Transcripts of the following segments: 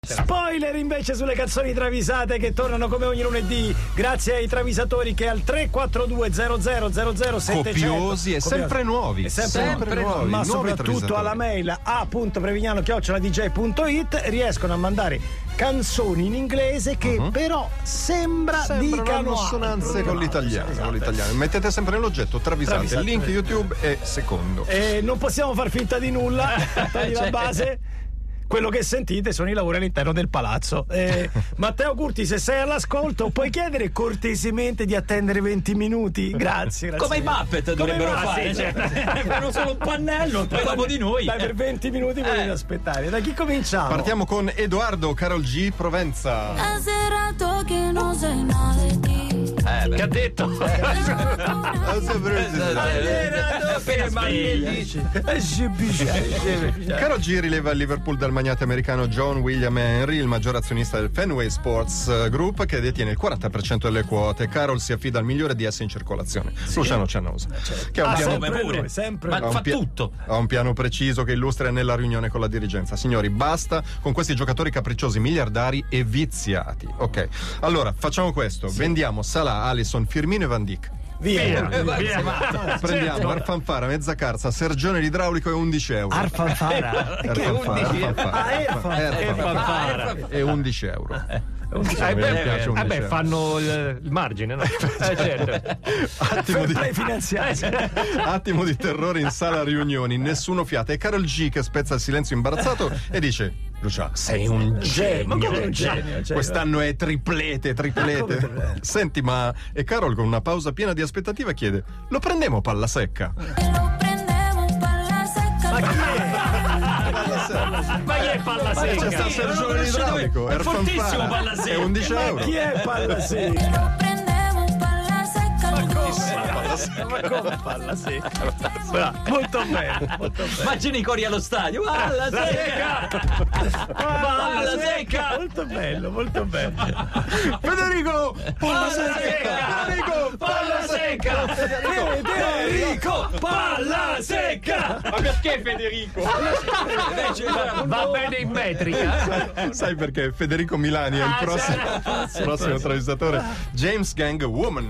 Spoiler invece sulle canzoni travisate che tornano come ogni lunedì grazie ai travisatori che al 342 00 700 copiosi e sempre nuovi, sempre nuovi, ma nuovi soprattutto alla mail a.prevignano@dj.it riescono a mandare canzoni in inglese che però sembrano assonanze con l'italiano, Mettete sempre nell'oggetto travisate, link YouTube e secondo. E non possiamo far finta di nulla, togli la base. Quello che sentite sono i lavori all'interno del palazzo. Matteo Curti, se sei all'ascolto, puoi chiedere cortesemente di attendere 20 minuti? Grazie. Come i Muppet dovrebbero fare. Fanno solo un pannello, poi dopo di noi. Dai, per 20 minuti potete aspettare. Da chi cominciamo? Partiamo con Edoardo Karol G, Provenza. Che ha detto? Karol G rileva il Liverpool dal magnate americano John William Henry, il maggior azionista del Fenway Sports Group, che detiene il 40% delle quote. Karol si affida al migliore DS in circolazione, Luciano Cianosa, che ha un piano sempre. Ma fa tutto. Ha un piano preciso che illustra nella riunione con la dirigenza. Signori, basta con questi giocatori capricciosi, miliardari e viziati. Ok, allora facciamo questo: vendiamo Salah, Alisson, Firmino e Van Dijk. Via. Prendiamo Arfanfara, mezza carza, Sergione l'idraulico e 11 euro. Arfanfara e 11 euro. Vabbè, fanno il margine, no? Certo. Attimo di terrore in sala riunioni, nessuno fiata. E Karol G che spezza il silenzio imbarazzato e dice: Lucia, sei un genio. Ma come un genio? Quest'anno è triplete. Senti, ma e Karol con una pausa piena di aspettativa chiede: lo prendiamo palla secca? Ma chi è palla secca? C'è sta Sergione l'idraulico, è fortissimo palla secca. È 11 euro. Ma chi è palla secca? Ma come palla secca? Molto bene. Immagini i cori allo stadio. Palla secca! Palla secca! Molto bello. Federico! Palla secca! Federico! Palla secca! Federico! Palla secca! Ma perché Federico? Va bene in metrica. Sai perché Federico Milani è il prossimo travisatore. James Gang Woman.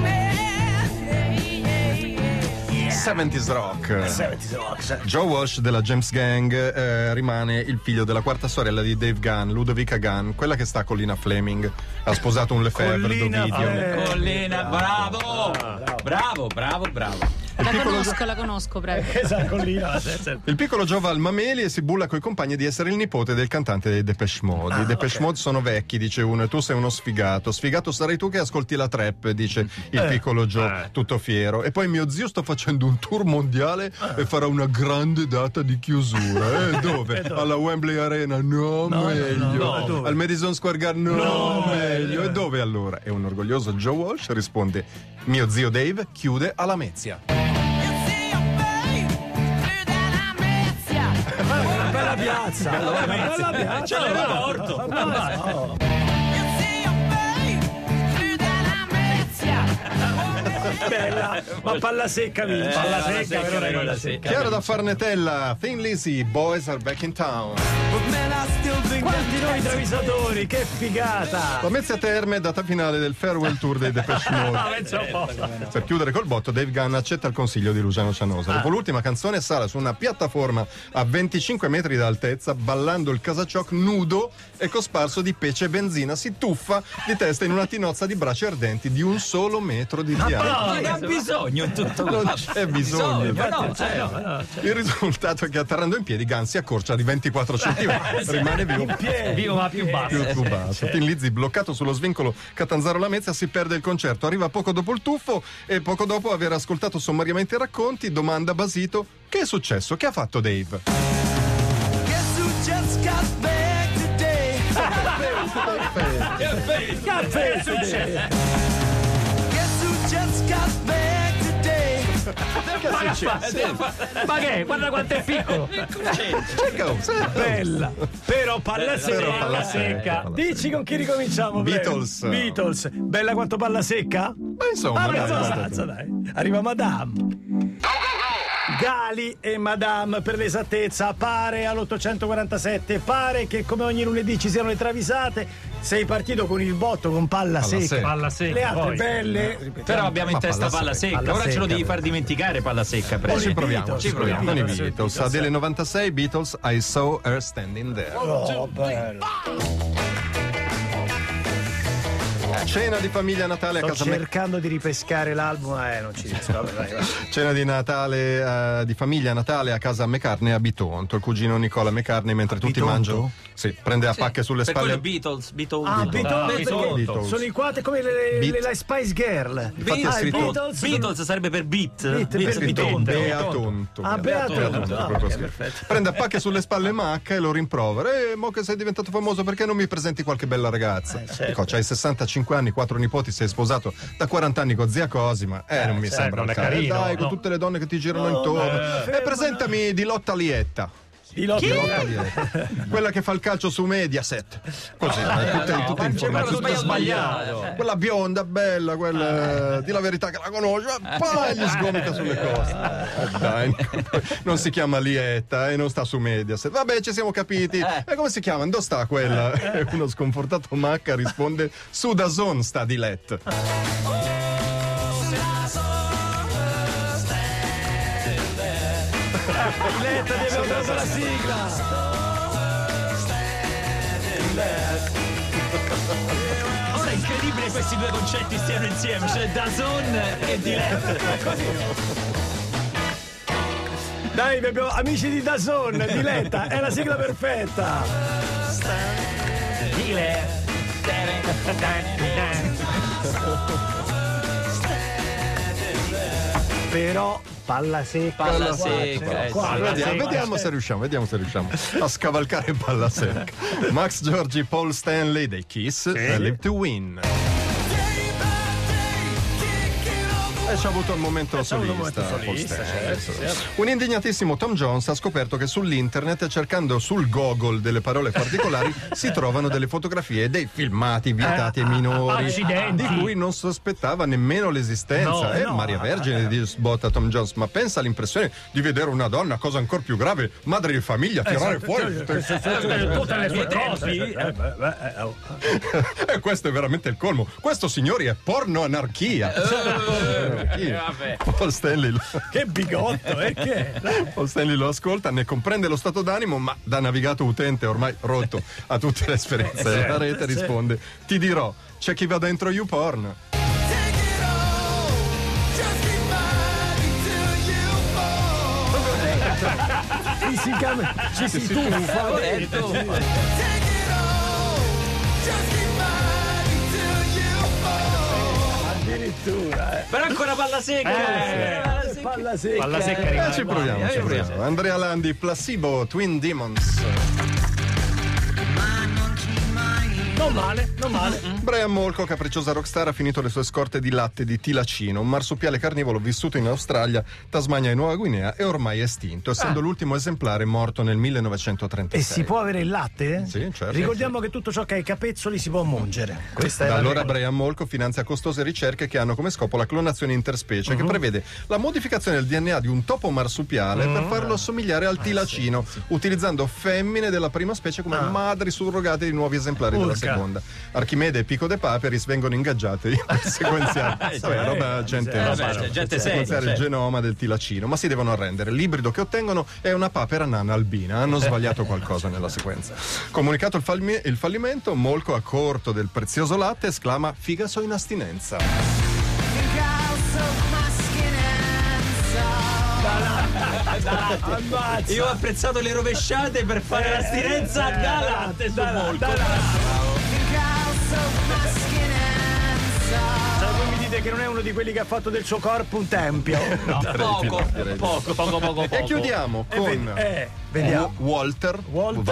70's Rock. Joe Walsh della James Gang rimane il figlio della quarta sorella di Dave Gunn, Ludovica Gunn, quella che sta con Lina Fleming. Ha sposato un Lefebvre d'Ovidio. Collina, bravo. La conosco, prego. Esatto, Collina. Il piccolo Joe va al Mameli e si bulla coi compagni di essere il nipote del cantante dei Depeche Mode. I Depeche Mode sono vecchi, dice uno, e tu sei uno sfigato. Sfigato sarai tu che ascolti la trap, dice il piccolo Joe, tutto fiero. E poi mio zio sta facendo un tour mondiale e farà una grande data di chiusura. Dove? Alla Wembley Arena? No, meglio. no, al Madison Square Garden? No, meglio. E dove allora? E un orgoglioso Joe Walsh risponde: mio zio Dave chiude a Lamezia. Bella piazza. C'è l'aeroporto. Bella, ma palla secca vince. Palla secca. Chiaro da Farnetella, Thin Lizzy, Boys Are Back in Town. Quanti noi travisatori, che figata! Lamezia Terme, data finale del farewell tour dei Depeche Mode. Per chiudere col botto, Dave Gunn accetta il consiglio di Luciano Cianosa. Dopo l'ultima canzone sale su una piattaforma a 25 metri d'altezza, ballando il casacioc nudo e cosparso di pece e benzina. Si tuffa di testa in una tinozza di braccia ardenti di un solo metro di diametro. Non ha bisogno in tutto Non c'è bisogno. No. Il risultato è che atterrando in piedi Gunn si accorcia di 24 cm. Rimane Vivo ma più basso. Tin Lizzy, bloccato sullo svincolo Catanzaro-Lamezia, si perde il concerto. Arriva poco dopo il tuffo e poco dopo aver ascoltato sommariamente i racconti domanda basito: che è successo? Che ha fatto Dave? Ma che? Guarda quanto è piccolo. Bella. Però palla secca. Dici con chi ricominciamo? Beatles. Bella quanto palla secca? Ma insomma, dai. Arriva Madame. Gali e Madame per l'esattezza. Pare all'847, pare che come ogni lunedì ci siano le travisate. Sei partito con il botto con palla secca. Palla secca, Le altre poi. belle. Però abbiamo in Ma testa palla palla secca. Palla Ora ce lo secca, devi far dimenticare palla secca. Prego. Ci proviamo, Beatles, ci proviamo. Con i Beatles, Beatles. Beatles. Adele 96, Beatles, I Saw Her Standing There. Oh, bello. Cena di famiglia a Natale a Sto casa cercando di ripescare l'album, non ci riesco. Vabbè, vai. Cena di Natale di famiglia a Natale a casa McCartney a Bitonto. Il cugino Nicola McCartney mentre tutti Bitonto? mangiano. Sì, prende a pacche sulle Per quello spalle. Beatles. Ah, Beatles, Beatles. perché sono i quattro come le Spice Girl. Infatti è scritto Beatles, Beatles sarebbe per beat. Beat, per scritto Bitonto. Beatonto. Ah, Beatonto. Ah, proprio ok, scritto. perfetto. Prende a pacche sulle spalle Mac e lo rimprovera. Mo che sei diventato famoso, perché non mi presenti qualche bella ragazza? certo. Dico, c'hai 65 anni, 4 nipoti, sei sposato da 40 anni con zia Cosima. Non mi sembra non il è caso. carino, Dai, con no. tutte le donne che ti girano intorno. E presentami di Lotta Lietta. Di Lotta Lietta. Quella che fa il calcio su Mediaset. Così, tutte informazioni. sbagliato. Quella bionda, bella, quella di la verità che la conosce, poi gli sgomita sulle cose. Dai, non si chiama Lietta e non sta su Mediaset. Vabbè, ci siamo capiti. E come si chiama? Dove sta quella? E uno sconfortato Macca risponde: su DAZN sta di let. Diletta, ti abbiamo dato la sigla. Ora è incredibile questi due concetti stiano insieme, cioè DAZN e Diletta. Dai, abbiamo amici di DAZN, Diletta, è la sigla perfetta. Però palla secca. Palla secca, Vediamo se riusciamo a scavalcare palla secca. Max Giorgi, Paul Stanley dei Kiss, Live to Win. E ci ha avuto il momento solista, Paul Stanley. Un indignatissimo Tom Jones ha scoperto che sull'internet, cercando sul Google delle parole particolari, si trovano delle fotografie e dei filmati vietati ai minori, accidenti. di cui non sospettava nemmeno l'esistenza. Maria Vergine di sbotta Tom Jones: ma pensa all'impressione di vedere una donna, cosa ancora più grave, madre di famiglia, tirare fuori tutte le sue cose. E questo è veramente il colmo. Questo, signori, è porno anarchia. Paul Stanley Che bigotto, che? Paul Stanley lo ascolta, ne comprende lo stato d'animo, ma da navigato utente ormai rotto a tutte le esperienze della rete risponde: ti dirò, c'è chi va dentro YouPorn. Fisicamente ci si tuffa. Addirittura, Però ancora palla secca. Palla secca. Palla secca Ci proviamo. Andrea Landi, Placebo, Twin Demons. Non male. Brian Molko, capricciosa rockstar, ha finito le sue scorte di latte di tilacino, un marsupiale carnivoro vissuto in Australia, Tasmania e Nuova Guinea e ormai estinto, essendo l'ultimo esemplare morto nel 1936. E si può avere il latte? Sì, certo. Ricordiamo che tutto ciò che ha i capezzoli si può mungere. Questa è Da la allora regola. Brian Molko finanzia costose ricerche che hanno come scopo la clonazione interspecie, che prevede la modificazione del DNA di un topo marsupiale per farlo assomigliare al tilacino, utilizzando femmine della prima specie come madri surrogate di nuovi esemplari della seconda. Archimede e Pico de Paperis vengono ingaggiati per sequenziare il genoma del tilacino, ma si devono arrendere. L'ibrido che ottengono è una papera nana albina. Hanno sbagliato qualcosa nella sequenza. Comunicato il fallimento, Molko, a corto del prezioso latte, esclama: figa, so in astinenza. Ammazza. Io ho apprezzato le rovesciate per fare l'astinenza da latte su Molko. Voi mi dite che non è uno di quelli che ha fatto del suo corpo un tempio. Poco. E chiudiamo con Vediamo. Walter.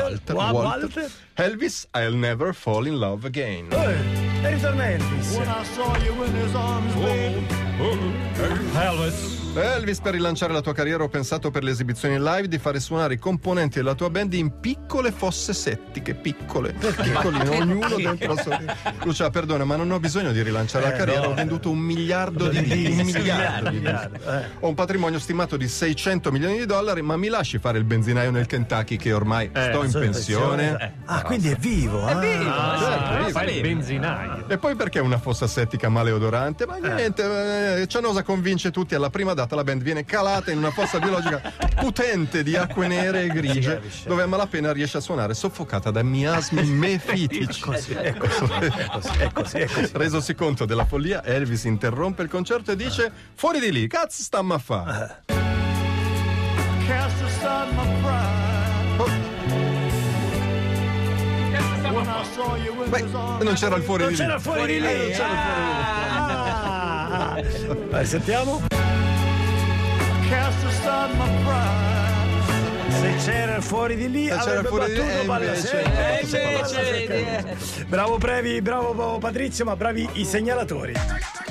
Elvis, I'll never fall in love again. E ritorna Elvis. Elvis. Elvis, per rilanciare la tua carriera ho pensato per le esibizioni live di fare suonare i componenti della tua band in piccole fosse settiche, piccole, ognuno dentro la sua. Lucia, perdona, ma non ho bisogno di rilanciare la carriera, ho venduto 1 miliardo di dischi. Ho un patrimonio stimato di $600 milioni, ma mi lasci fare il benzinaio nel Kentucky che ormai sto in pensione. Quindi è vivo. Fa il benzinaio. E poi perché una fossa settica maleodorante? Ma niente, Cianosa convince tutti, alla prima data la band viene calata in una fossa biologica potente di acque nere e grigie, dove a malapena riesce a suonare soffocata da miasmi mefitici. È così. Resosi conto della follia, Elvis interrompe il concerto e dice: fuori di lì, cazzo stamma a fa'? Beh, non c'era il fuori di lì. Non c'era il fuori di lì. Vai, sentiamo. Se c'era il fuori di lì, avrebbe battuto Pallasecca. Bravo Previ, bravo Patrizio, ma bravi i segnalatori.